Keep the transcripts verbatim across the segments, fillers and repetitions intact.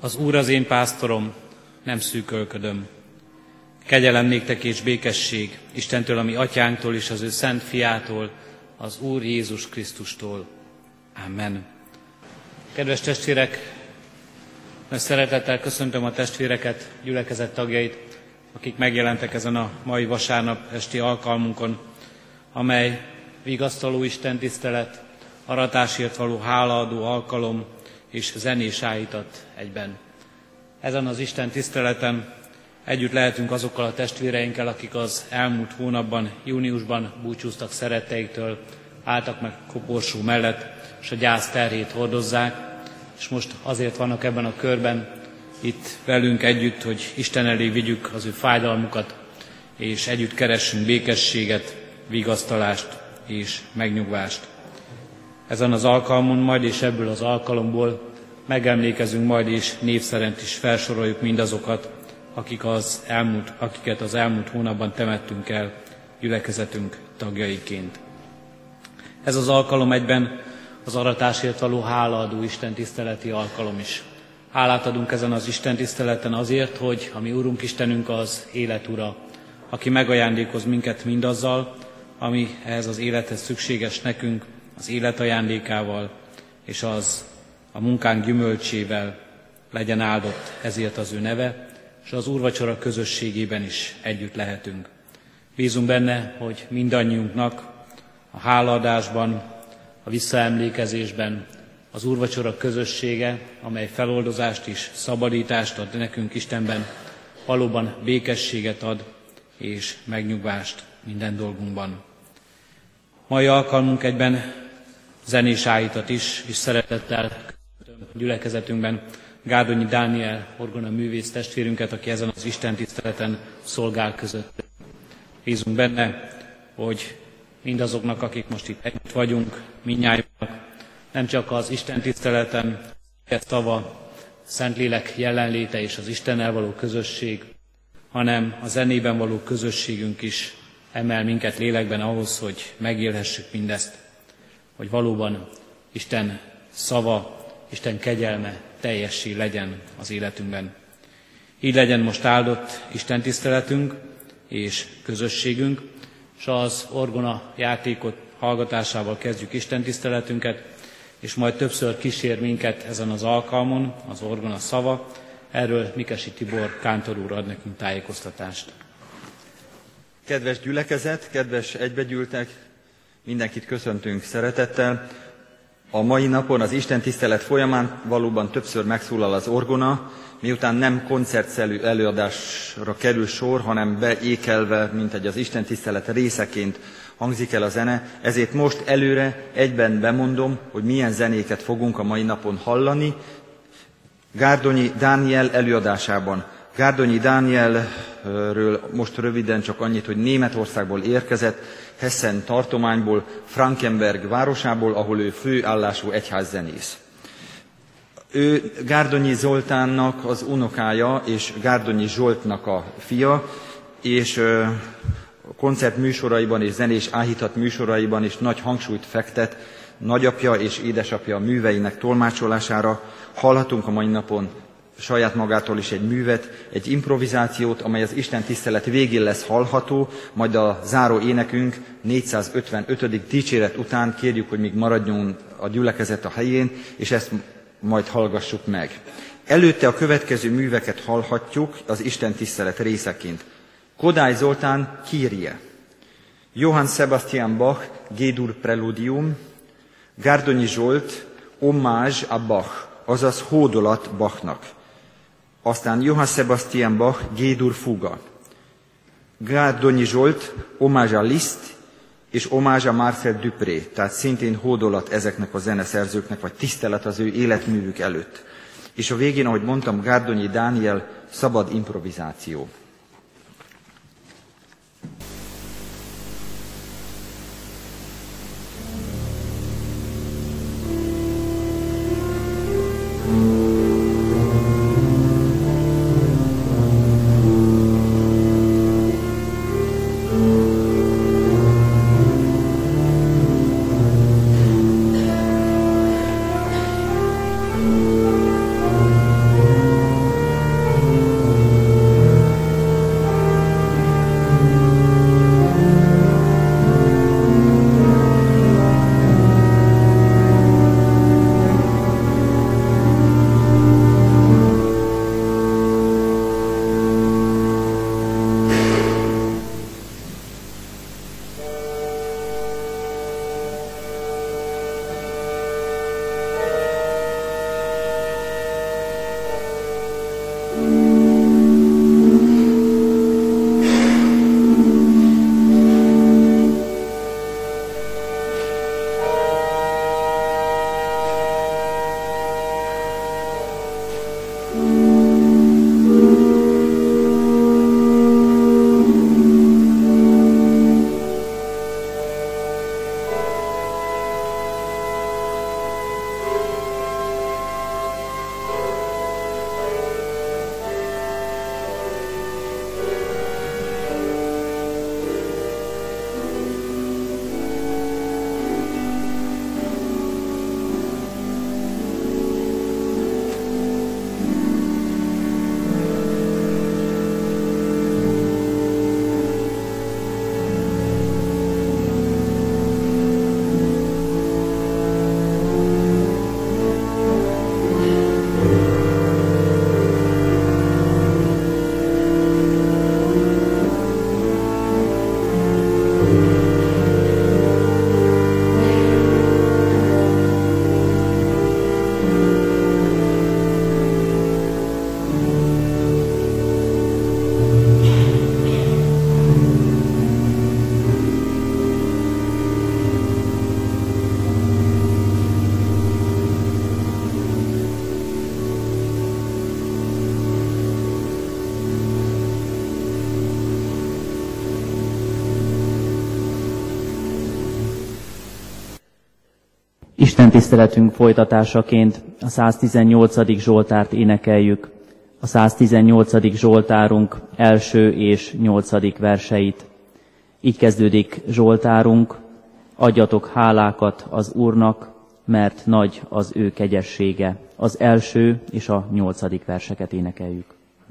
Az Úr az én pásztorom, nem szűkölködöm. Kegyelem néktek és békesség Istentől, ami atyánktól és az ő szent fiától, az Úr Jézus Krisztustól. Amen. Kedves testvérek, nagy szeretettel köszöntöm a testvéreket, gyülekezet tagjait, akik megjelentek ezen a mai vasárnap esti alkalmunkon, amely vigasztaló Isten tisztelet, aratásért való hálaadó alkalom és zenés áhítat egyben. Ezen az Isten tiszteleten együtt lehetünk azokkal a testvéreinkkel, akik az elmúlt hónapban, júniusban búcsúztak szeretteiktől, álltak meg koporsó mellett, és a gyász terhét hordozzák, és most azért vannak ebben a körben, itt velünk együtt, hogy Isten elé vigyük az ő fájdalmukat, és együtt keressünk békességet, vigasztalást és megnyugvást. Ezen az alkalmon majd, és ebből az alkalomból megemlékezünk majd, és név szerint is felsoroljuk mindazokat, akik az elmúlt, akiket az elmúlt hónapban temettünk el gyülekezetünk tagjaiként. Ez az alkalom egyben az aratásért való hálaadó Isten tiszteleti alkalom is. Hálát adunk ezen az Isten tiszteleten azért, hogy a mi Úrunk Istenünk az élet ura, aki megajándékoz minket mindazzal, ami ehhez az élethez szükséges nekünk, az élet ajándékával, és az a munkánk gyümölcsével legyen áldott ezért az ő neve, és az úrvacsora közösségében is együtt lehetünk. Bízunk benne, hogy mindannyiunknak a hálaadásban, a visszaemlékezésben az úrvacsora közössége, amely feloldozást és szabadítást ad nekünk Istenben, valóban békességet ad és megnyugvást minden dolgunkban. Mai alkalmunk egyben zenés áhítat is, és szeretettel köszöntöm gyülekezetünkben Gárdonyi Dániel orgona művész testvérünket, aki ezen az Isten tiszteleten szolgál között. Bízunk benne, hogy mindazoknak, akik most itt együtt vagyunk, mindnyájunknak, nem csak az Isten tiszteleten, ez szava, Szentlélek jelenléte és az Istennel való közösség, hanem a zenében való közösségünk is emel minket lélekben ahhoz, hogy megélhessük mindezt, hogy valóban Isten szava, Isten kegyelme teljessé legyen az életünkben. Így legyen most áldott Isten tiszteletünk és közösségünk, és az orgona játékot hallgatásával kezdjük Isten tiszteletünket, és majd többször kísér minket ezen az alkalmon az orgona szava. Erről Mikesi Tibor kántor úr ad nekünk tájékoztatást. Kedves gyülekezet, kedves egybegyűltek, mindenkit köszöntünk szeretettel. A mai napon az Isten tisztelet folyamán valóban többször megszólal az orgona, miután nem koncertszerű előadásra kerül sor, hanem beékelve, mint egy az Isten tisztelet részeként hangzik el a zene, ezért most előre egyben bemondom, hogy milyen zenéket fogunk a mai napon hallani. Gárdonyi Dániel előadásában. Gárdonyi Dánielről most röviden csak annyit, hogy Németországból érkezett, Hessen tartományból, Frankenberg városából, ahol ő főállású egyházzenész. Ő Gárdonyi Zoltánnak az unokája, és Gárdonyi Zsoltnak a fia, és koncertműsoraiban és zenés áhítat műsoraiban is nagy hangsúlyt fektet nagyapja és édesapja műveinek tolmácsolására. Hallhatunk a mai napon saját magától is egy művet, egy improvizációt, amely az Isten tisztelet végén lesz hallható, majd a záró énekünk négyszázötvenötödik dicséret után kérjük, hogy még maradjon a gyülekezet a helyén, és ezt majd hallgassuk meg. Előtte a következő műveket hallhatjuk az Isten tisztelet részeként. Kodály Zoltán Kyrie, Johann Sebastian Bach G-dur Preludium, Gárdonyi Zsolt Hommage a Bach, azaz hódolat Bachnak. Aztán Johann Sebastian Bach G-dur Fuga, Gárdonyi Zsolt Hommage a Liszt és Hommage a Marcel Dupré, tehát szintén hódolat ezeknek a zeneszerzőknek, vagy tisztelet az ő életművük előtt. És a végén, ahogy mondtam, Gárdonyi Dániel szabad improvizáció. Thank you. Isten tiszteletünk folytatásaként a száztizennyolcadik Zsoltárt énekeljük, a száztizennyolcadik Zsoltárunk első és nyolcadik verseit. Így kezdődik Zsoltárunk: adjatok hálákat az Úrnak, mert nagy az ő kegyessége. Az első és a nyolcadik verseket énekeljük.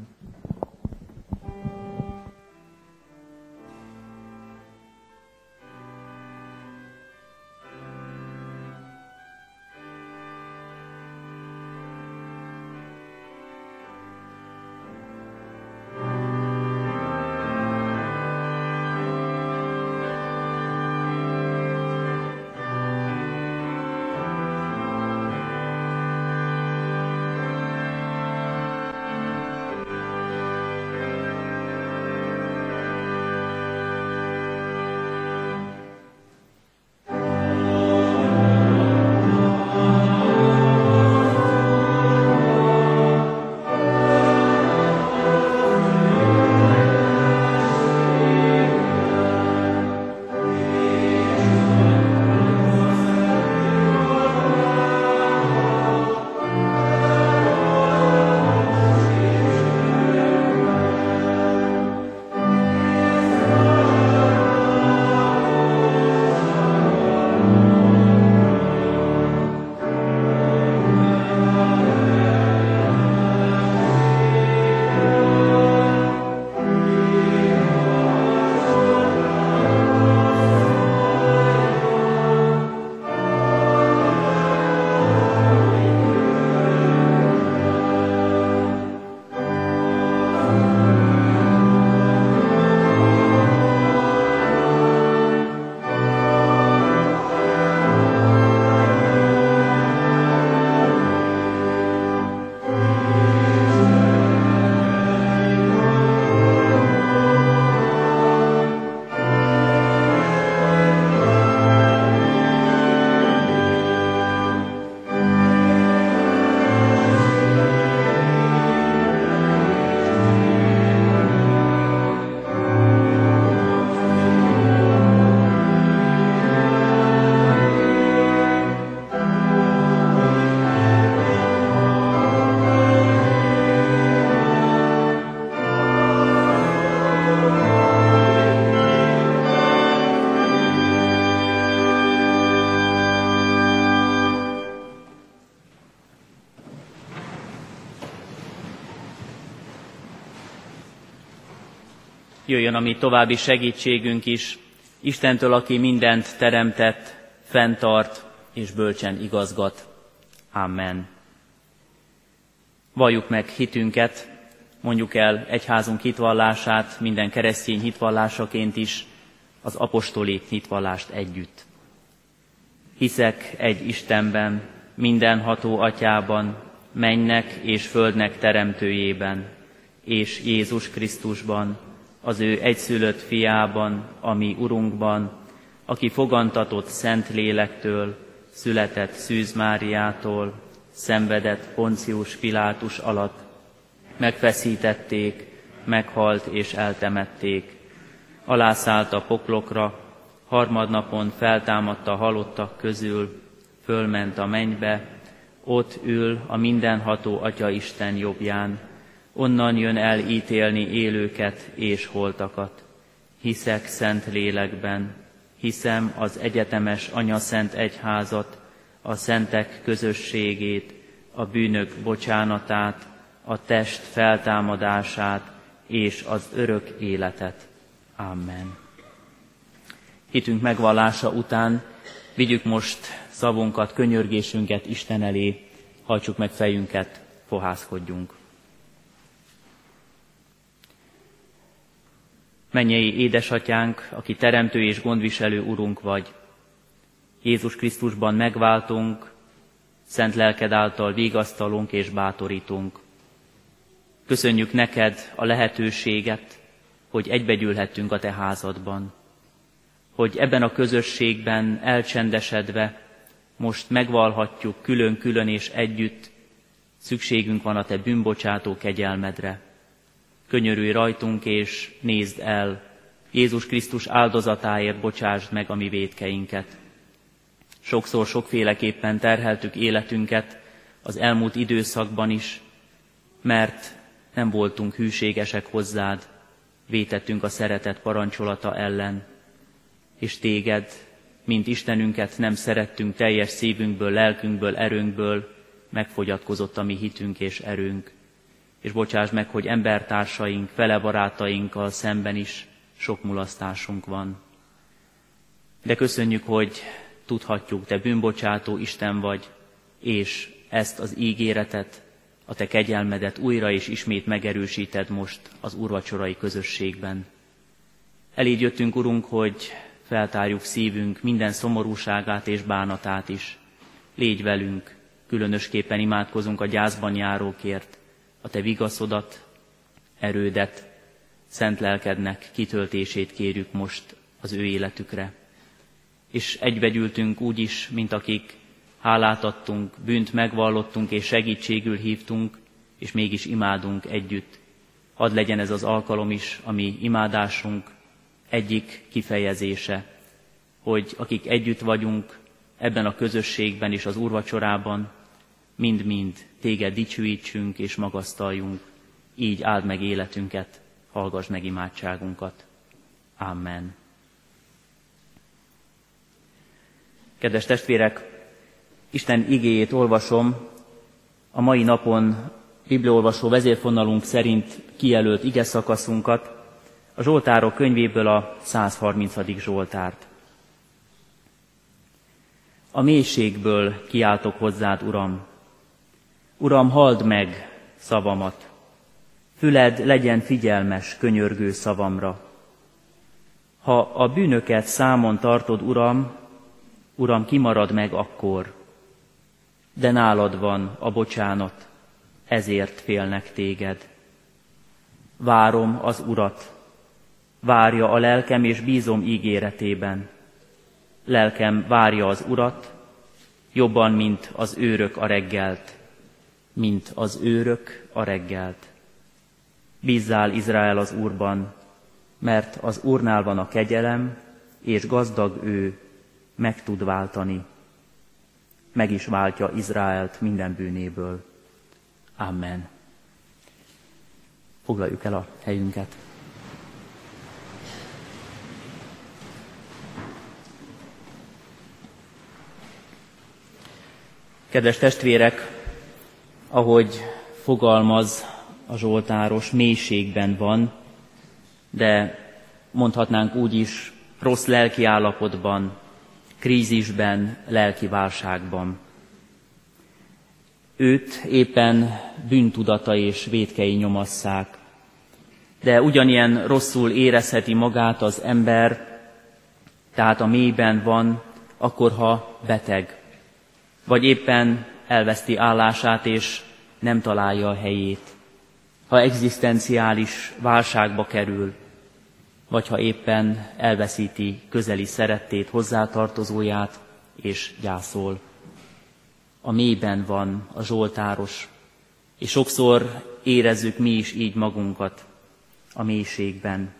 Jöjjön a mi további segítségünk is Istentől, aki mindent teremtett, fenntart és bölcsen igazgat. Amen. Valljuk meg hitünket, mondjuk el egyházunk hitvallását minden keresztény hitvallásaként is, az apostoli hitvallást együtt. Hiszek egy Istenben, mindenható Atyában, mennynek és földnek teremtőjében, és Jézus Krisztusban, az ő egyszülött fiában, a mi Urunkban, aki fogantatott Szent Lélektől, született Szűz Máriától, szenvedett Poncius Pilátus alatt, megfeszítették, meghalt és eltemették, alászállt a poklokra, harmadnapon feltámadt a halottak közül, fölment a mennybe, ott ül a mindenható Atya Isten jobbján, onnan jön el ítélni élőket és holtakat. Hiszek Szent Lélekben, hiszem az egyetemes Anyaszent Egyházat, a szentek közösségét, a bűnök bocsánatát, a test feltámadását és az örök életet. Amen. Hitünk megvallása után vigyük most szavunkat, könyörgésünket Isten elé, hajtsuk meg fejünket, fohászkodjunk. Mennyei édesatyánk, aki teremtő és gondviselő Urunk vagy, Jézus Krisztusban megváltunk, szent lelked által vigasztalunk és bátorítunk. Köszönjük neked a lehetőséget, hogy egybegyűlhettünk a te házadban, hogy ebben a közösségben elcsendesedve most megvallhatjuk külön-külön és együtt, szükségünk van a te bűnbocsátó kegyelmedre. Könyörülj rajtunk és nézd el, Jézus Krisztus áldozatáért bocsásd meg a mi vétkeinket. Sokszor sokféleképpen terheltük életünket az elmúlt időszakban is, mert nem voltunk hűségesek hozzád, vétettünk a szeretet parancsolata ellen, és téged, mint Istenünket nem szerettünk teljes szívünkből, lelkünkből, erőnkből, megfogyatkozott a mi hitünk és erőnk. És bocsáss meg, hogy embertársaink, fele barátainkkal szemben is sok mulasztásunk van. De köszönjük, hogy tudhatjuk, te bűnbocsátó Isten vagy, és ezt az ígéretet, a te kegyelmedet újra és ismét megerősíted most az úrvacsorai közösségben. Eléd jöttünk, Urunk, hogy feltárjuk szívünk minden szomorúságát és bánatát is. Légy velünk, különösképpen imádkozunk a gyászban járókért, a te vigaszodat, erődet, szent lelkednek kitöltését kérjük most az ő életükre. És egybegyűltünk úgy is, mint akik hálát adtunk, bűnt megvallottunk és segítségül hívtunk, és mégis imádunk együtt. Hadd legyen ez az alkalom is, ami imádásunk egyik kifejezése, hogy akik együtt vagyunk ebben a közösségben és az úrvacsorában, mind-mind téged dicsőítsünk és magasztaljunk, így áld meg életünket, hallgass meg imádságunkat. Amen. Kedves testvérek, Isten igéjét olvasom, a mai napon bibliaolvasó vezérfonalunk szerint kijelölt ige szakaszunkat, a Zsoltárok könyvéből a száz harmincadik Zsoltárt. A mélységből kiáltok hozzád, Uram. Uram, halld meg szavamat. Füled legyen figyelmes, könyörgő szavamra. Ha a bűnöket számon tartod, Uram, Uram, kimarad meg akkor. De nálad van a bocsánat, ezért félnek téged. Várom az Urat, várja a lelkem, és bízom ígéretében. Lelkem várja az Urat, jobban, mint az őrök a reggelt, mint az őrök a reggelt. Bízzál, Izrael, az Úrban, mert az Úrnál van a kegyelem, és gazdag ő, meg tud váltani. Meg is váltja Izraelt minden bűnéből. Amen. Foglaljuk el a helyünket. Kedves testvérek, ahogy fogalmaz a zsoltáros, mélységben van, de mondhatnánk úgy is, rossz lelki állapotban, krízisben, lelki válságban. Őt éppen bűntudata és vétkei nyomasszák, de ugyanilyen rosszul érezheti magát az ember, tehát a mélyben van, akkor, ha beteg, vagy éppen elveszti állását és nem találja a helyét, ha egzisztenciális válságba kerül, vagy ha éppen elveszíti közeli szerettét, hozzátartozóját és gyászol. A mélyben van a zsoltáros, és sokszor érezzük mi is így magunkat a mélységben.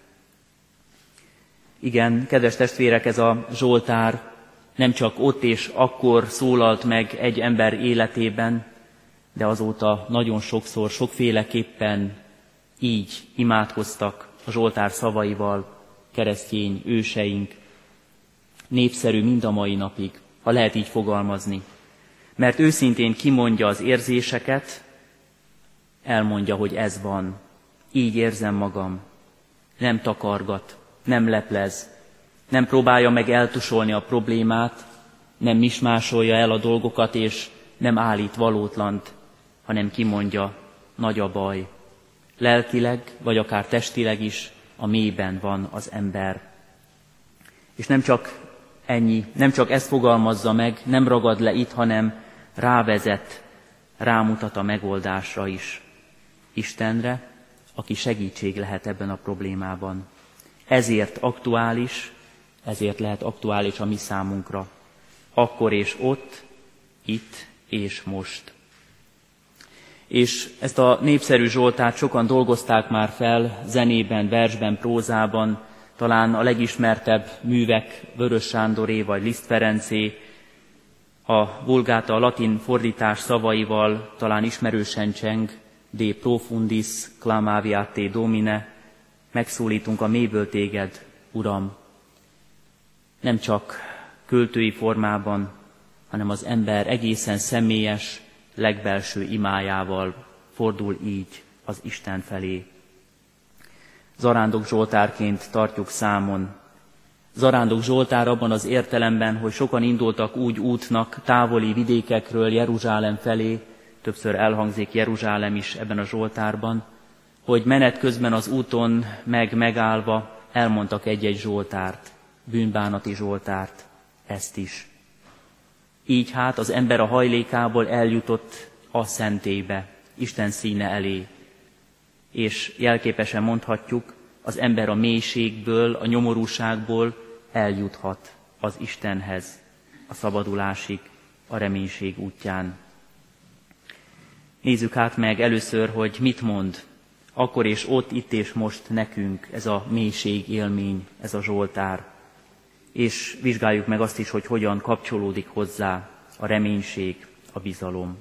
Igen, kedves testvérek, ez a zsoltár nem csak ott és akkor szólalt meg egy ember életében, de azóta nagyon sokszor, sokféleképpen így imádkoztak a zsoltár szavaival keresztény őseink. Népszerű mind a mai napig, ha lehet így fogalmazni. Mert őszintén kimondja az érzéseket, elmondja, hogy ez van. Így érzem magam. Nem takargat, nem leplez, nem próbálja meg eltusolni a problémát, nem mismásolja el a dolgokat, és nem állít valótlant, hanem kimondja, nagy a baj. Lelkileg, vagy akár testileg is a mélyben van az ember. És nem csak ennyi, nem csak ezt fogalmazza meg, nem ragad le itt, hanem rávezet, rámutat a megoldásra is. Istenre, aki segítség lehet ebben a problémában. Ezért aktuális, ezért lehet aktuális a mi számunkra. Akkor és ott, itt és most. És ezt a népszerű zsoltárt sokan dolgozták már fel zenében, versben, prózában, talán a legismertebb művek Vörös Sándoré vagy Liszt Ferencé, A Vulgáta, a latin fordítás szavaival talán ismerősen cseng, de profundis clamaviate Domine, megszólítunk a mélyből téged, Uram. Nem csak költői formában, hanem az ember egészen személyes, legbelső imájával fordul így az Isten felé. Zarándok Zsoltárként tartjuk számon. Zarándok Zsoltár abban az értelemben, hogy sokan indultak úgy útnak távoli vidékekről Jeruzsálem felé, többször elhangzik Jeruzsálem is ebben a Zsoltárban, hogy menet közben az úton meg megállva elmondtak egy-egy Zsoltárt, bűnbánati Zsoltárt, ezt is. Így hát az ember a hajlékából eljutott a szentélybe, Isten színe elé. És jelképesen mondhatjuk, az ember a mélységből, a nyomorúságból eljuthat az Istenhez, a szabadulásig, a reménység útján. Nézzük hát meg először, hogy mit mond akkor és ott, itt és most nekünk ez a mélység élmény, ez a Zsoltár. És vizsgáljuk meg azt is, hogy hogyan kapcsolódik hozzá a reménység, a bizalom.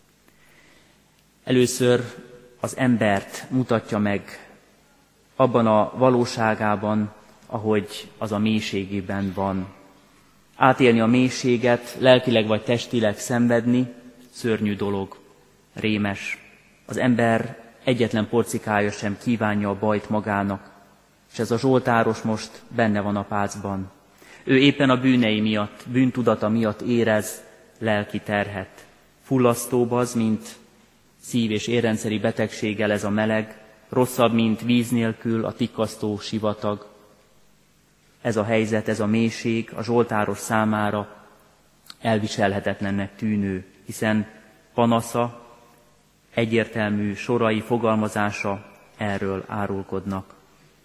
Először az embert mutatja meg abban a valóságában, ahogy az a mélységében van. Átélni a mélységet, lelkileg vagy testileg szenvedni, szörnyű dolog, rémes. Az ember egyetlen porcikája sem kívánja a bajt magának, és ez a zsoltáros most benne van a pácban. Ő éppen a bűnei miatt, bűntudata miatt érez lelki terhet. Fullasztóbb az, mint szív- és érrendszeri betegséggel ez a meleg, rosszabb, mint víz nélkül a tikkasztó sivatag. Ez a helyzet, ez a mélység a zsoltáros számára elviselhetetlennek tűnő, hiszen panasza, egyértelmű sorai fogalmazása erről árulkodnak.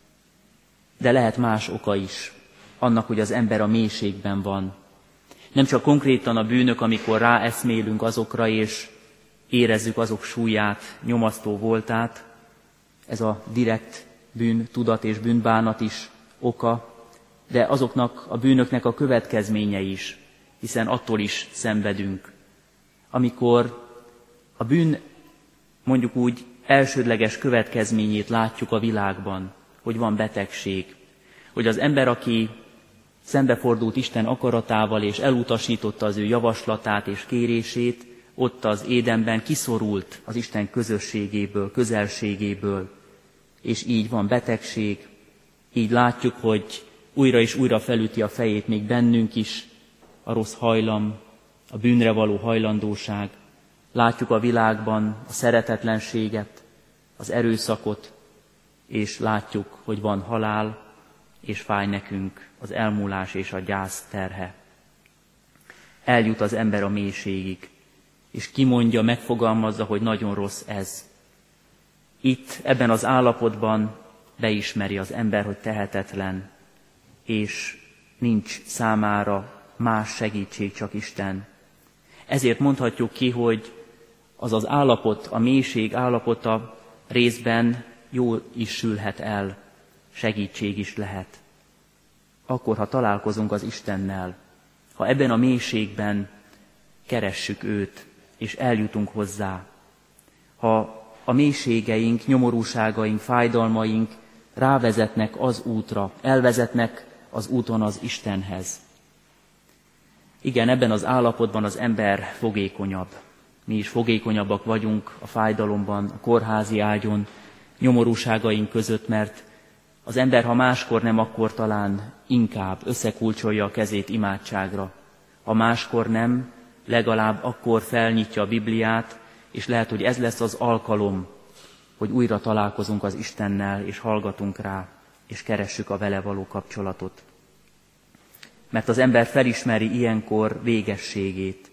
De lehet más oka is annak, hogy az ember a mélységben van. Nem csak konkrétan a bűnök, amikor ráeszmélünk azokra, és érezzük azok súlyát, nyomasztó voltát, ez a direkt bűntudat és bűnbánat is oka, de azoknak a bűnöknek a következménye is, hiszen attól is szenvedünk. Amikor a bűn mondjuk úgy elsődleges következményét látjuk a világban, hogy van betegség, hogy az ember, aki szembefordult Isten akaratával és elutasította az ő javaslatát és kérését, ott az Édenben kiszorult az Isten közösségéből, közelségéből, és így van betegség, így látjuk, hogy újra és újra felüti a fejét még bennünk is a rossz hajlam, a bűnre való hajlandóság. Látjuk a világban a szeretetlenséget, az erőszakot, és látjuk, hogy van halál, és fáj nekünk az elmúlás és a gyász terhe. Eljut az ember a mélységig, és kimondja, megfogalmazza, hogy nagyon rossz ez. Itt, ebben az állapotban beismeri az ember, hogy tehetetlen, és nincs számára más segítség, csak Isten. Ezért mondhatjuk ki, hogy az az állapot, a mélység állapota részben jól is sülhet el, segítség is lehet. Akkor, ha találkozunk az Istennel, ha ebben a mélységben keressük őt, és eljutunk hozzá, ha a mélységeink, nyomorúságaink, fájdalmaink rávezetnek az útra, elvezetnek az úton az Istenhez. Igen, ebben az állapotban az ember fogékonyabb. Mi is fogékonyabbak vagyunk a fájdalomban, a kórházi ágyon, nyomorúságaink között, mert az ember, ha máskor nem, akkor talán inkább összekulcsolja a kezét imádságra. Ha máskor nem, legalább akkor felnyitja a Bibliát, és lehet, hogy ez lesz az alkalom, hogy újra találkozunk az Istennel, és hallgatunk rá, és keressük a vele való kapcsolatot. Mert az ember felismeri ilyenkor végességét,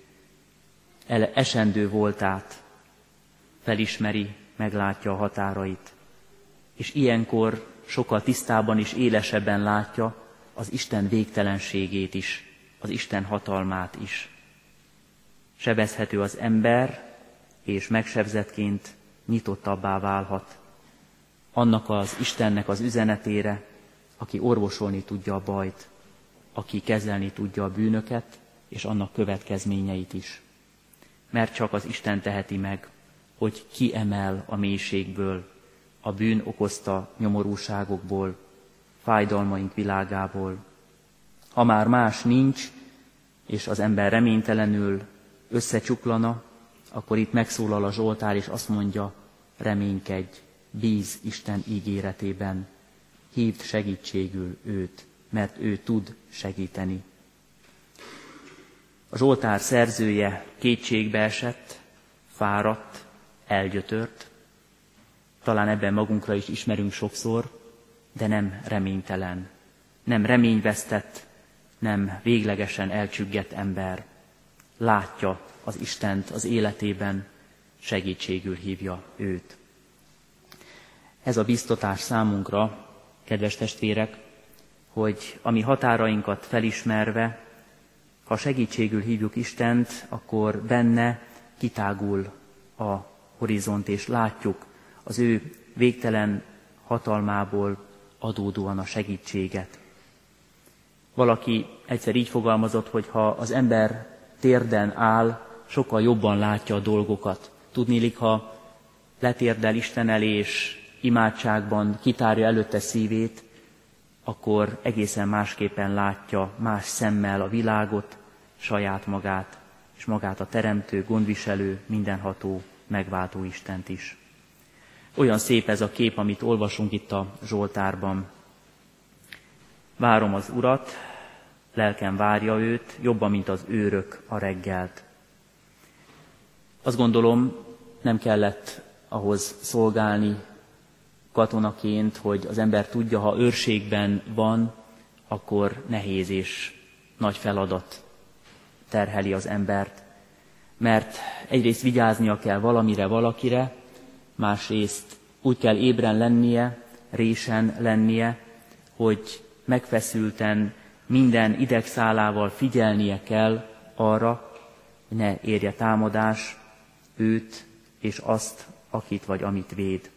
esendő voltát, felismeri, meglátja a határait, és ilyenkor sokkal tisztában és élesebben látja az Isten végtelenségét is, az Isten hatalmát is. Sebezhető az ember, és megsebzettként nyitottabbá válhat annak az Istennek az üzenetére, aki orvosolni tudja a bajt, aki kezelni tudja a bűnöket, és annak következményeit is. Mert csak az Isten teheti meg, hogy kiemel a mélységből, a bűn okozta nyomorúságokból, fájdalmaink világából. Ha már más nincs, és az ember reménytelenül összecsuklana, akkor itt megszólal a Zsoltár, és azt mondja, reménykedj, bíz Isten ígéretében, hívd segítségül őt, mert ő tud segíteni. A Zsoltár szerzője kétségbe esett, fáradt, elgyötört. Talán ebben magunkra is ismerünk sokszor, de nem reménytelen, nem reményvesztett, nem véglegesen elcsüggett ember. Látja az Istent az életében, segítségül hívja őt. Ez a biztatás számunkra, kedves testvérek, hogy a mi határainkat felismerve, ha segítségül hívjuk Istent, akkor benne kitágul a horizont, és látjuk az ő végtelen hatalmából adódóan a segítséget. Valaki egyszer így fogalmazott, hogy ha az ember térden áll, sokkal jobban látja a dolgokat. Tudniillik, ha letérdel Isten elé, és imádságban kitárja előtte szívét, akkor egészen másképpen látja, más szemmel a világot, saját magát, és magát a teremtő, gondviselő, mindenható, megváltó Istent is. Olyan szép ez a kép, amit olvasunk itt a Zsoltárban. Várom az Urat, lelkem várja őt, jobban, mint az őrök a reggelt. Azt gondolom, nem kellett ahhoz szolgálni katonaként, hogy az ember tudja, ha őrségben van, akkor nehéz és nagy feladat terheli az embert. Mert egyrészt vigyáznia kell valamire, valakire, másrészt úgy kell ébren lennie, résen lennie, hogy megfeszülten, minden idegszálával figyelnie kell arra, hogy ne érje támadás őt és azt, akit vagy amit véd.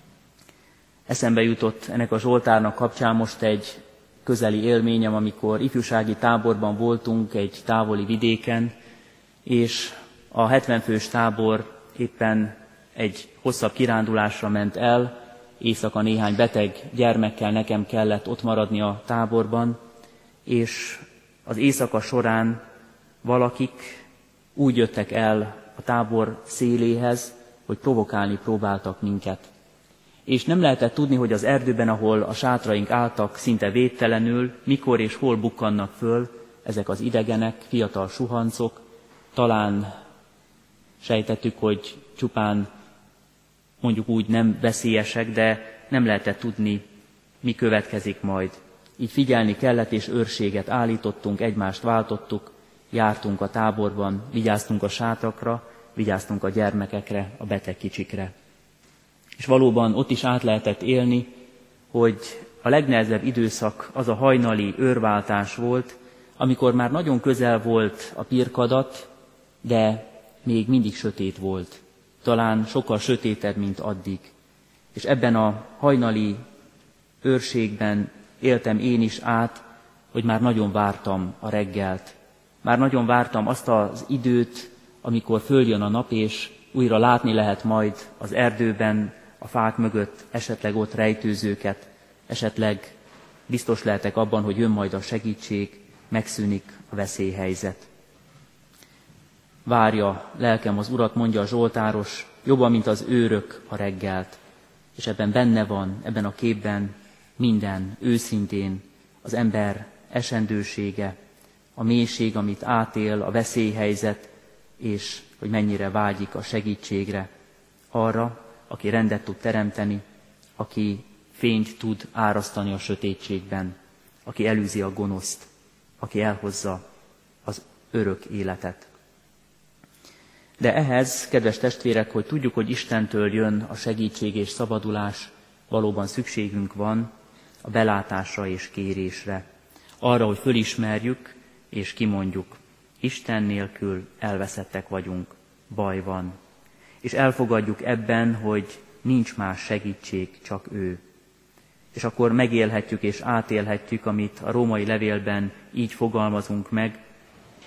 Eszembe jutott ennek a Zsoltárnak kapcsán most egy közeli élményem, amikor ifjúsági táborban voltunk egy távoli vidéken, és a hetven fős tábor éppen egy hosszabb kirándulásra ment el, éjszaka néhány beteg gyermekkel nekem kellett ott maradni a táborban, és az éjszaka során valakik úgy jöttek el a tábor széléhez, hogy provokálni próbáltak minket. És nem lehetett tudni, hogy az erdőben, ahol a sátraink álltak szinte védtelenül, mikor és hol bukkannak föl ezek az idegenek, fiatal suhancok. Talán sejtettük, hogy csupán mondjuk úgy nem veszélyesek, de nem lehetett tudni, mi következik majd. Így figyelni kellett, és őrséget állítottunk, egymást váltottuk, jártunk a táborban, vigyáztunk a sátrakra, vigyáztunk a gyermekekre, a beteg kicsikre. És valóban ott is át lehetett élni, hogy a legnehezebb időszak az a hajnali őrváltás volt, amikor már nagyon közel volt a pirkadat, de még mindig sötét volt. Talán sokkal sötétebb, mint addig. És ebben a hajnali őrségben éltem én is át, hogy már nagyon vártam a reggelt. Már nagyon vártam azt az időt, amikor följön a nap, és újra látni lehet majd az erdőben, a fák mögött esetleg ott rejtőzőket, esetleg biztos lehetek abban, hogy jön majd a segítség, megszűnik a veszélyhelyzet. Várja lelkem az Urat, mondja a zsoltáros, jobban, mint az őrök a reggelt. És ebben benne van, ebben a képben minden, őszintén az ember esendősége, a mélység, amit átél, a veszélyhelyzet, és hogy mennyire vágyik a segítségre, arra, aki rendet tud teremteni, aki fényt tud árasztani a sötétségben, aki elűzi a gonoszt, aki elhozza az örök életet. De ehhez, kedves testvérek, hogy tudjuk, hogy Istentől jön a segítség és szabadulás, valóban szükségünk van a belátásra és kérésre. Arra, hogy fölismerjük és kimondjuk, Isten nélkül elveszettek vagyunk, baj van. És elfogadjuk ebben, hogy nincs más segítség, csak ő. És akkor megélhetjük és átélhetjük, amit a római levélben így fogalmazunk meg,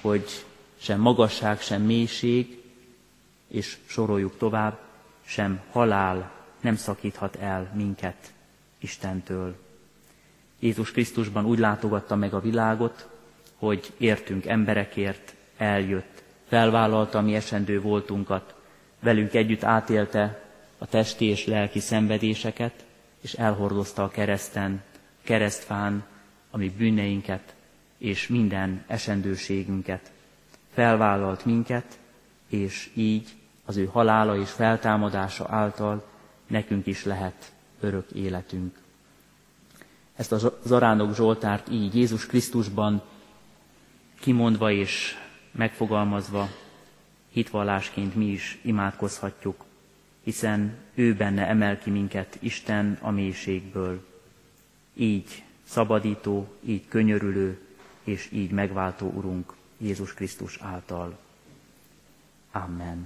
hogy sem magasság, sem mélység, és soroljuk tovább, sem halál nem szakíthat el minket Istentől. Jézus Krisztusban úgy látogatta meg a világot, hogy értünk emberekért, eljött, felvállalta a mi esendő voltunkat, velünk együtt átélte a testi és lelki szenvedéseket, és elhordozta a kereszten, keresztfán a mi bűneinket és minden esendőségünket. Felvállalt minket, és így az ő halála és feltámadása által nekünk is lehet örök életünk. Ezt a Zaránok Zsoltárt így Jézus Krisztusban kimondva és megfogalmazva hitvallásként mi is imádkozhatjuk, hiszen ő benne emel ki minket Isten a mélységből. Így szabadító, így könyörülő és így megváltó Urunk Jézus Krisztus által. Amen.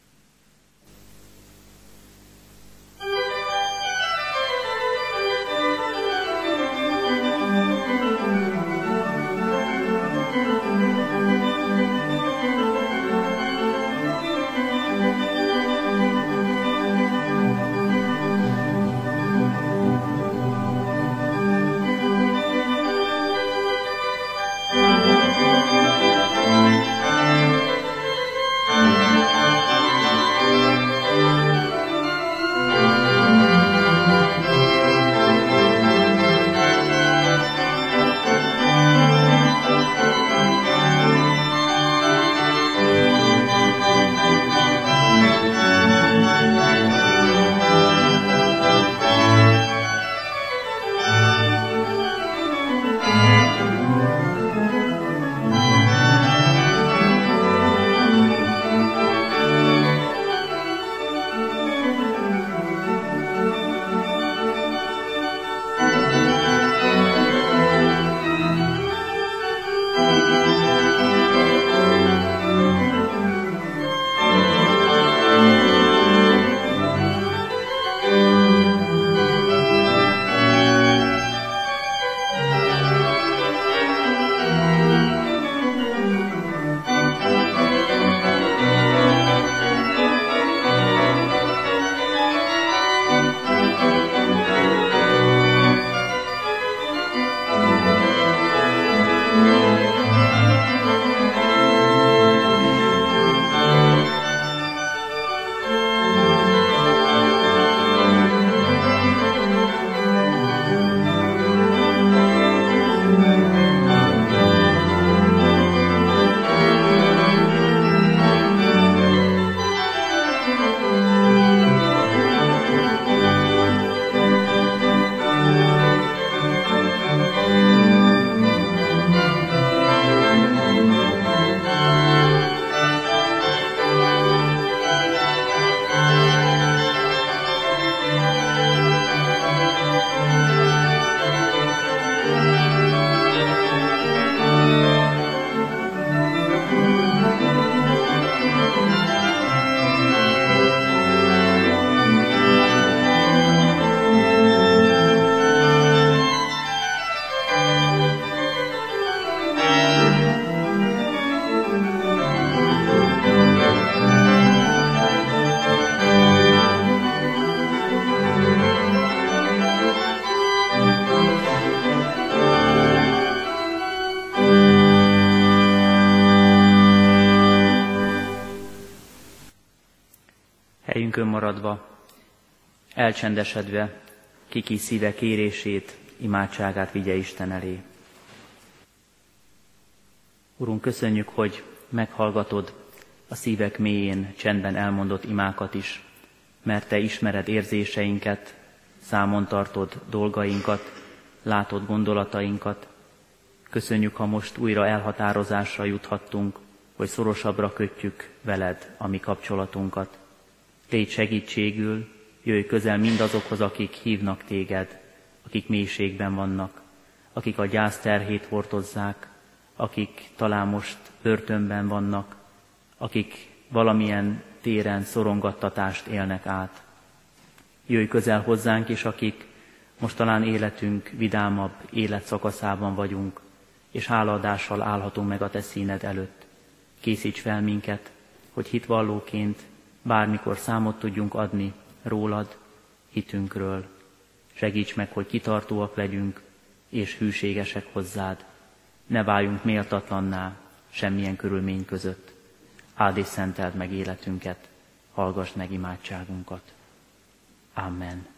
Helyünkön maradva, elcsendesedve, kiki szíve kérését, imádságát vigye Isten elé. Urunk, köszönjük, hogy meghallgatod a szívek mélyén csendben elmondott imákat is, mert Te ismered érzéseinket, számon tartod dolgainkat, látod gondolatainkat. Köszönjük, ha most újra elhatározásra juthattunk, hogy szorosabbra kötjük veled a mi kapcsolatunkat. Légy segítségül, jöjj közel mindazokhoz, akik hívnak téged, akik mélységben vannak, akik a gyász terhét hordozzák, akik talán most börtönben vannak, akik valamilyen téren szorongattatást élnek át. Jöjj közel hozzánk is, akik most talán életünk vidámabb életszakaszában vagyunk, és hálaadással állhatunk meg a Te színed előtt. készíts fel minket, hogy hitvallóként bármikor számot tudjunk adni rólad, hitünkről. Segíts meg, hogy kitartóak legyünk, és hűségesek hozzád. Ne váljunk méltatlanná semmilyen körülmény között. Áld és szenteld meg életünket, hallgass meg imádságunkat. Amen.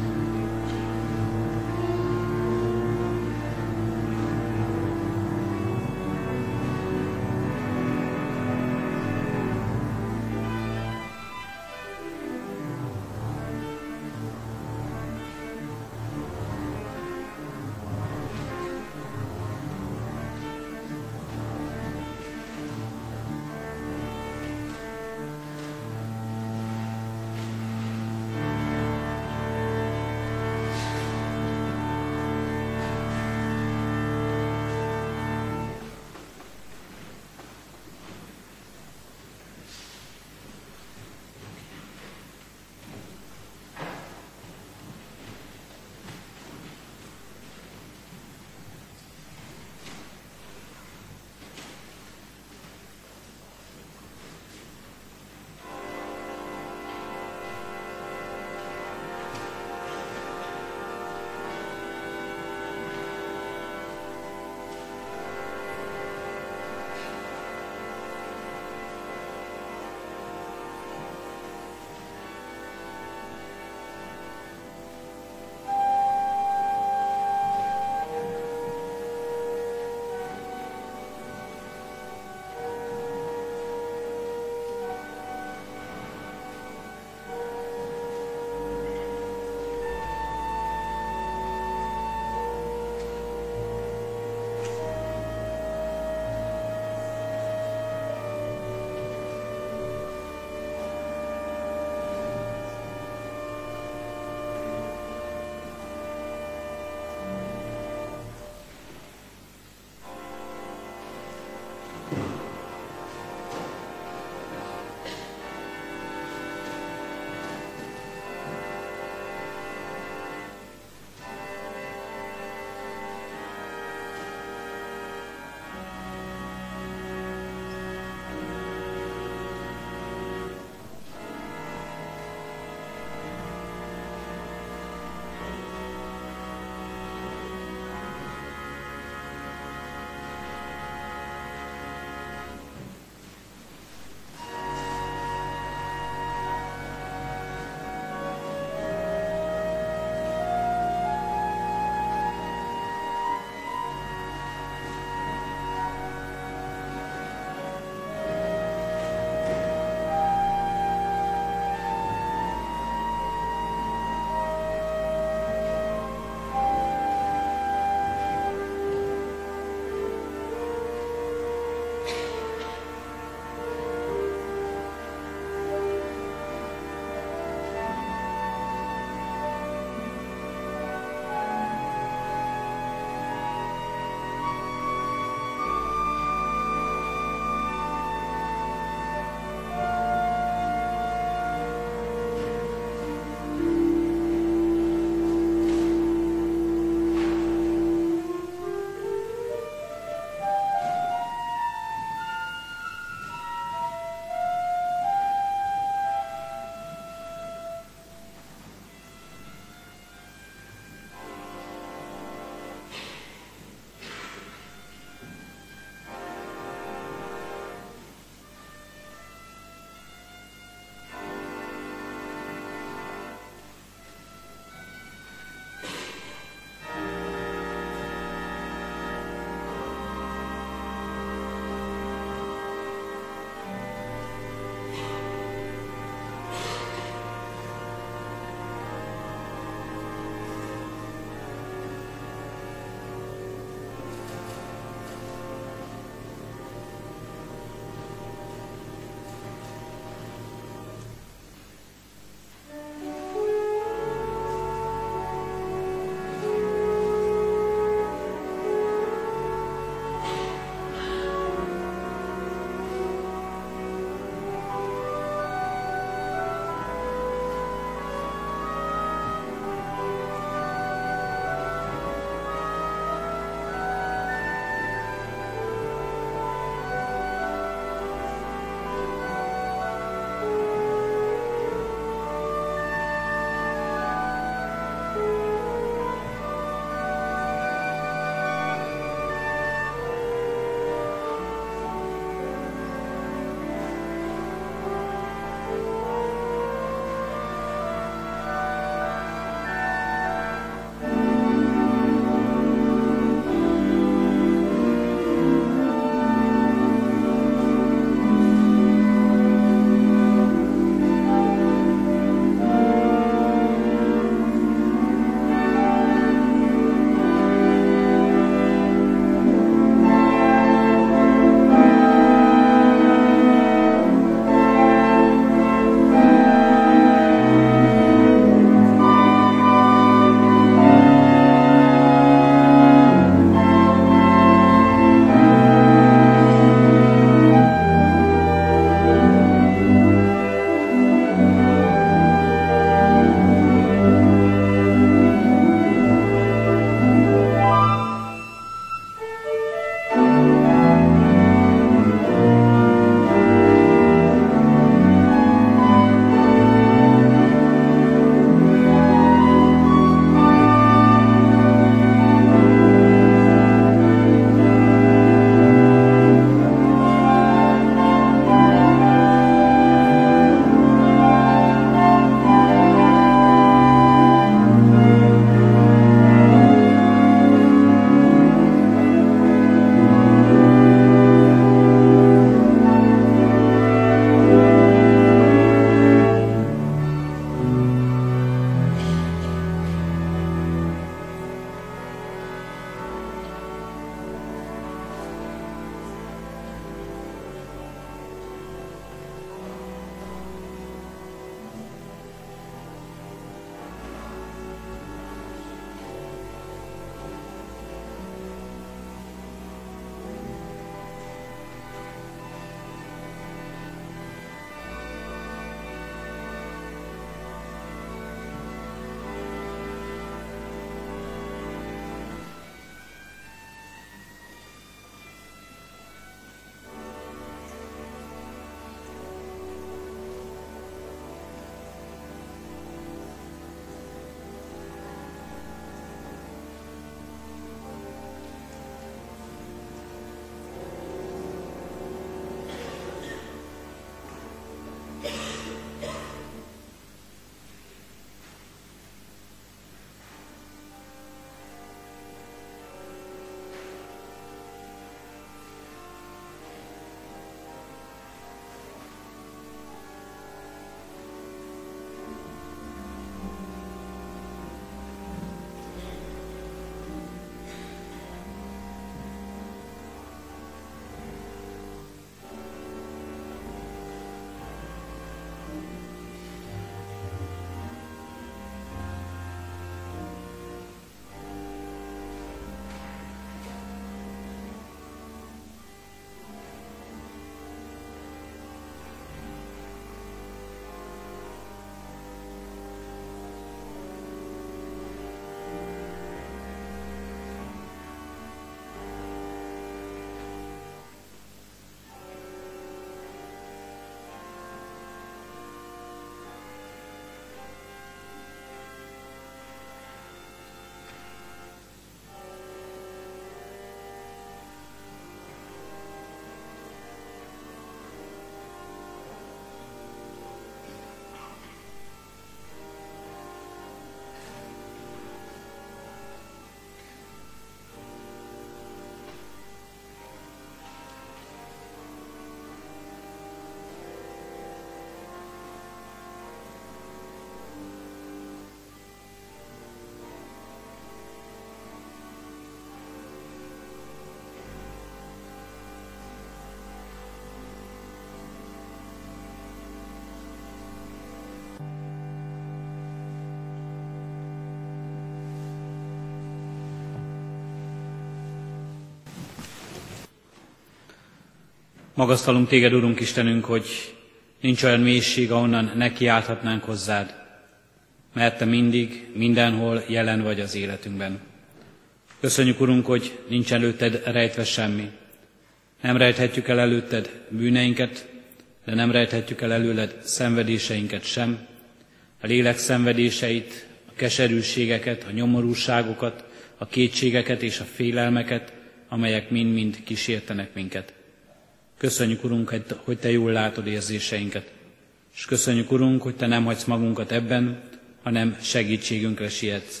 Magasztalunk téged, Urunk Istenünk, hogy nincs olyan mélység, ahonnan nekiállhatnánk hozzád, mert te mindig, mindenhol jelen vagy az életünkben. Köszönjük, Urunk, hogy nincs előtted rejtve semmi. Nem rejthetjük el előtted bűneinket, de nem rejthetjük el előled szenvedéseinket sem. A lélek szenvedéseit, a keserűségeket, a nyomorúságokat, a kétségeket és a félelmeket, amelyek mind-mind kísértenek minket. Köszönjük, Urunk, hogy te jól látod érzéseinket. És köszönjük, Urunk, hogy te nem hagysz magunkat ebben, hanem segítségünkre sietsz.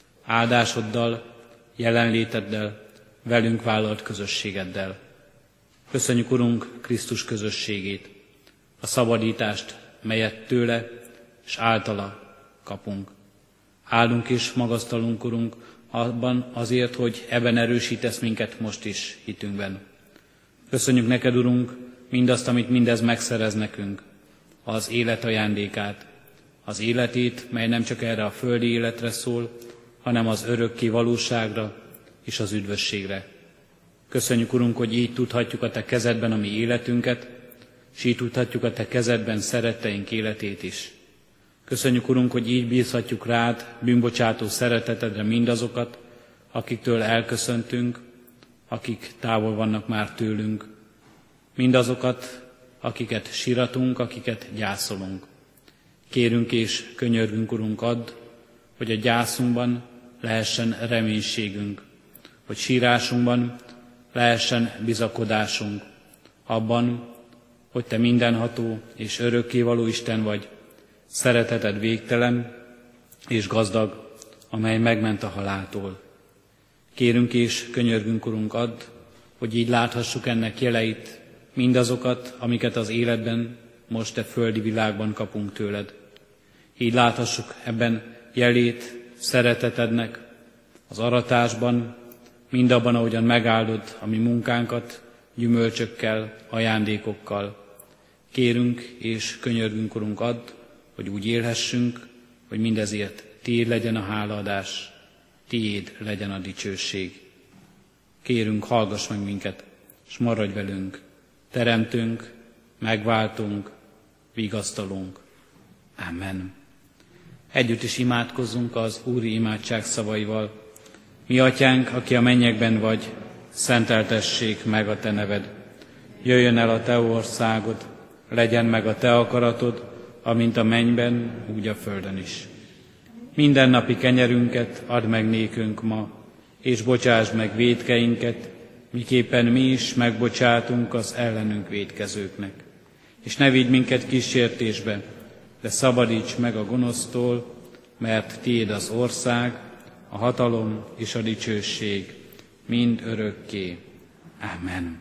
Áldásoddal, jelenléteddel, velünk vállalt közösségeddel. Köszönjük, Urunk, Krisztus közösségét, a szabadítást, melyet tőle és általa kapunk. Áldunk és magasztalunk, Urunk, abban azért, hogy ebben erősítesz minket most is hitünkben. Köszönjük neked, Urunk, mindazt, amit mindez megszerez nekünk, az élet ajándékát, az életét, mely nem csak erre a földi életre szól, hanem az örökké valóságra és az üdvösségre. Köszönjük, Urunk, hogy így tudhatjuk a te kezedben a mi életünket, és így tudhatjuk a te kezedben szeretteink életét is. Köszönjük, Urunk, hogy így bízhatjuk rád bűnbocsátó szeretetedre mindazokat, akiktől elköszöntünk, akik távol vannak már tőlünk, mindazokat, akiket síratunk, akiket gyászolunk. Kérünk és könyörgünk, Urunk, add, hogy a gyászunkban lehessen reménységünk, hogy sírásunkban lehessen bizakodásunk, abban, hogy te mindenható és örökkévaló Isten vagy, szereteted végtelen és gazdag, amely megment a haláltól. Kérünk és könyörgünk, Urunk, add, hogy így láthassuk ennek jeleit, mindazokat, amiket az életben, most a földi világban kapunk tőled. Így láthassuk ebben jelét szeretetednek, az aratásban, mindabban, ahogyan megáldod a mi munkánkat, gyümölcsökkel, ajándékokkal. Kérünk és könyörgünk, Urunk, add, hogy úgy élhessünk, hogy mindezért tiéd legyen a hálaadás, tiéd legyen a dicsőség. Kérünk, hallgass meg minket, és maradj velünk, teremtünk, megváltunk, vigasztalunk. Amen. Együtt is imádkozzunk az úri imádság szavaival. Mi atyánk, aki a mennyekben vagy, szenteltessék meg a te neved. Jöjjön el a te országod, legyen meg a te akaratod, amint a mennyben, úgy a földön is. Mindennapi kenyerünket add meg nékünk ma, és bocsásd meg vétkeinket, miképpen mi is megbocsátunk az ellenünk vétkezőknek. És ne vigy minket kísértésbe, de szabadíts meg a gonosztól, mert tiéd az ország, a hatalom és a dicsőség mind örökké. Amen.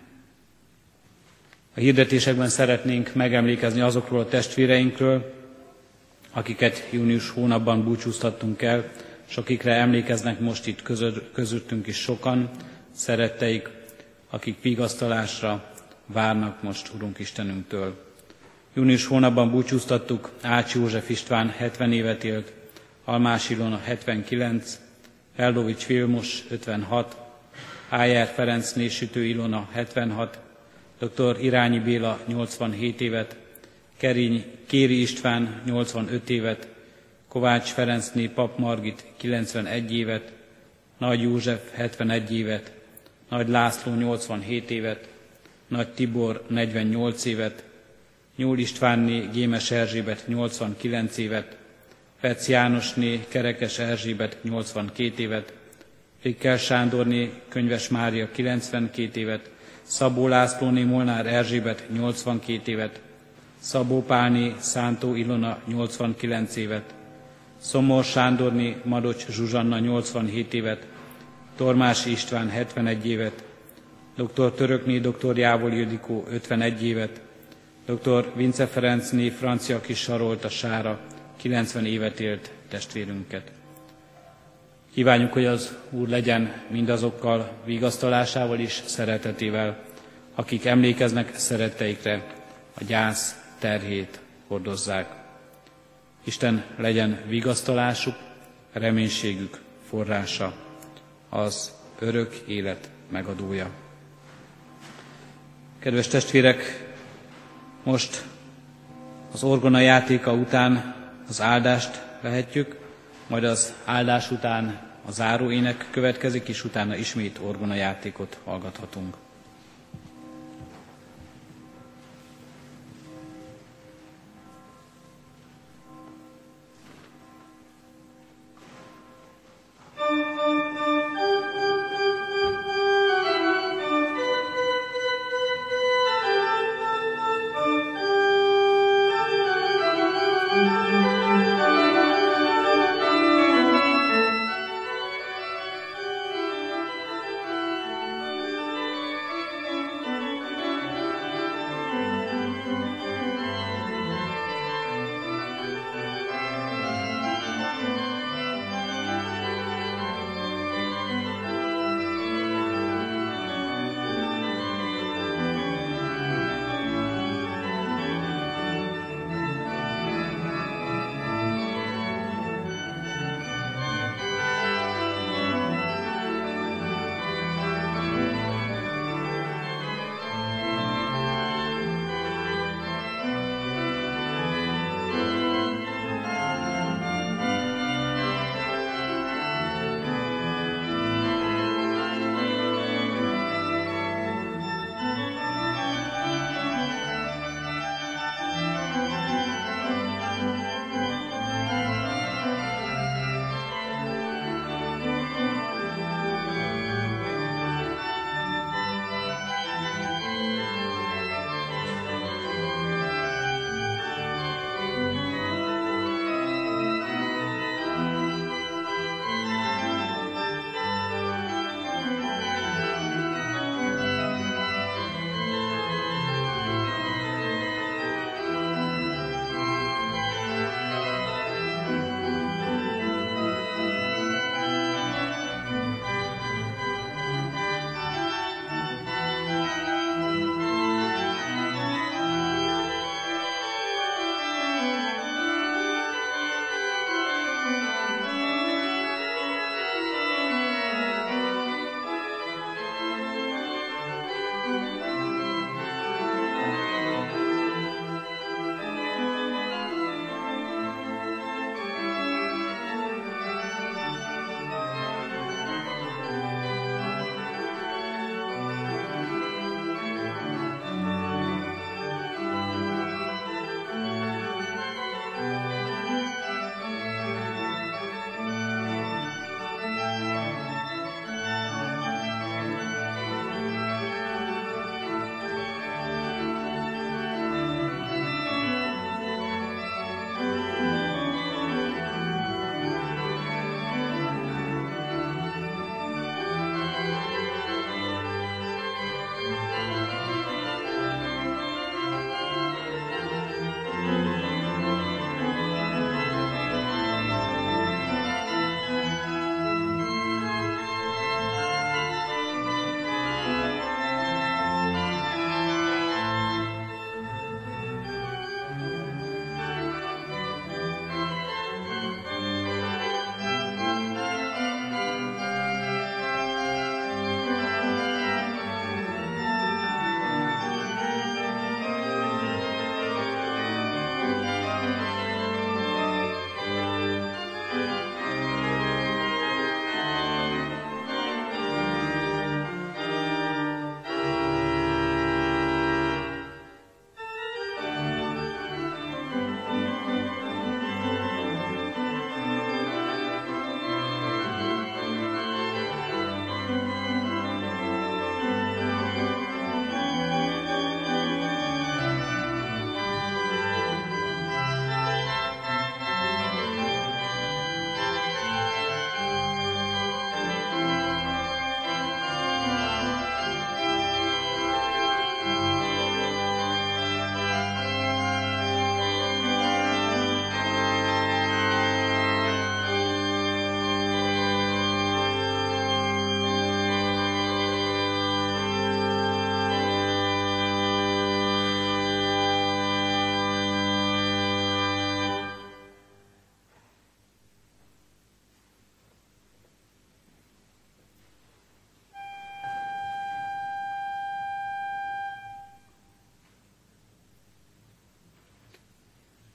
A hirdetésekben szeretnénk megemlékezni azokról a testvéreinkről, akiket június hónapban búcsúztattunk el, és akikre emlékeznek most itt közöttünk is sokan, szeretteik, akik vigasztalásra várnak most Urunk Istenünktől. Június hónapban búcsúztattuk Ács József István hetven évet élt, Almás Ilona hetvenkilenc, Feldovics Vilmos ötvenhat, Ájer Ferencné Sütő Ilona hetvenhat, dr. Irányi Béla nyolcvanhét évet, Keriny Kéri István nyolcvanöt évet, Kovács Ferencné Pap Margit kilencvenegy évet, Nagy József hetvenegy évet, Nagy László nyolcvanhét évet, Nagy Tibor negyvennyolc évet, Nyúl Istvánné Gémes Erzsébet nyolcvankilenc évet, Pec Jánosné Kerekes Erzsébet nyolcvankét évet, Rikkel Sándorné Könyves Mária kilencvenkét évet, Szabó Lászlóné Molnár Erzsébet nyolcvankét évet, Szabó Pálné Szántó Ilona nyolcvankilenc évet, Szomor Sándorné Madocs Zsuzsanna nyolcvanhét évet, Tormási István hetvenegy évet, dr. Törökné dr. Jávoli Ildikó ötvenegy évet, dr. Vince Ferencné Francia Kis Sarolta Sára kilencven évet élt testvérünket. Kívánjuk, hogy az Úr legyen mindazokkal vigasztalásával és szeretetével, akik emlékeznek szeretteikre, a gyász terhét hordozzák. Isten legyen vigasztalásuk, reménységük forrása, az örök élet megadója. Kedves testvérek, most az orgona játéka után az áldást vehetjük, majd az áldás után a záró ének következik, és utána ismét orgona játékot hallgathatunk.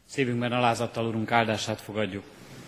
Szívünkben alázattal, Urunk, áldását fogadjuk.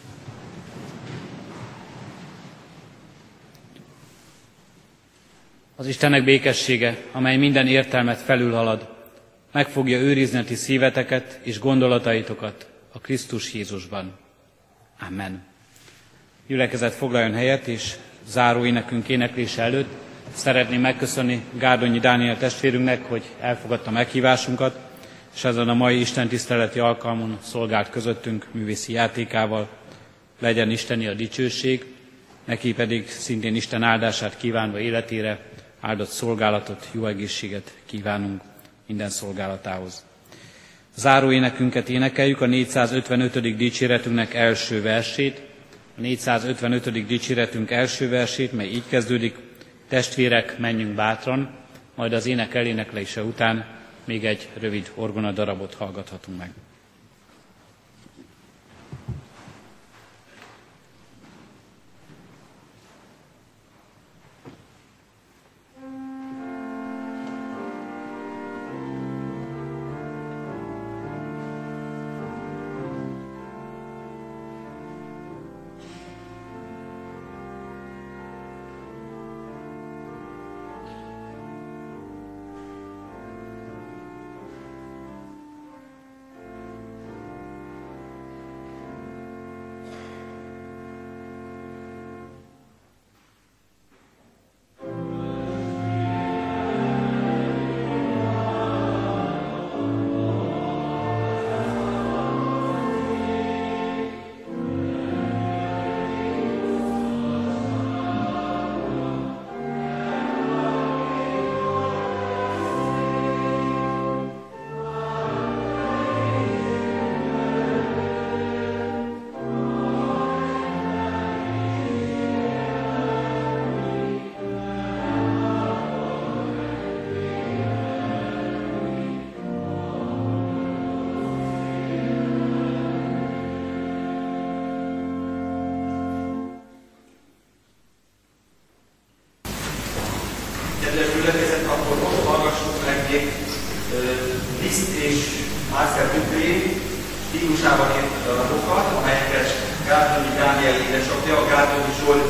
Az Istennek békessége, amely minden értelmet felülhalad, meg fogja őrizni a ti szíveteket és gondolataitokat a Krisztus Jézusban. Amen. Gyülekezet, foglaljon helyet, és záró énekünk éneklése előtt szeretném megköszönni Gárdonyi Dániel testvérünknek, hogy elfogadta meghívásunkat, és ezen a mai istentiszteleti alkalmon szolgált közöttünk művészi játékával. Legyen isteni a dicsőség, neki pedig szintén Isten áldását kívánva életére, áldott szolgálatot, jó egészséget kívánunk minden szolgálatához. Záró énekünket énekeljük, a négyszázötvenötödik dicséretünknek első versét, a négyszázötvenötödik dicséretünk első versét, mely így kezdődik: testvérek, menjünk bátran, majd az ének eléneklése után még egy rövid orgona darabot hallgathatunk meg. Kedves gyülekezet, akkor most hallgassuk meg még Liszt és Marcel Dupré stílusában írt darabokat, amelyeket Gárdonyi Dániel édesapja, Gárdonyi Zsolt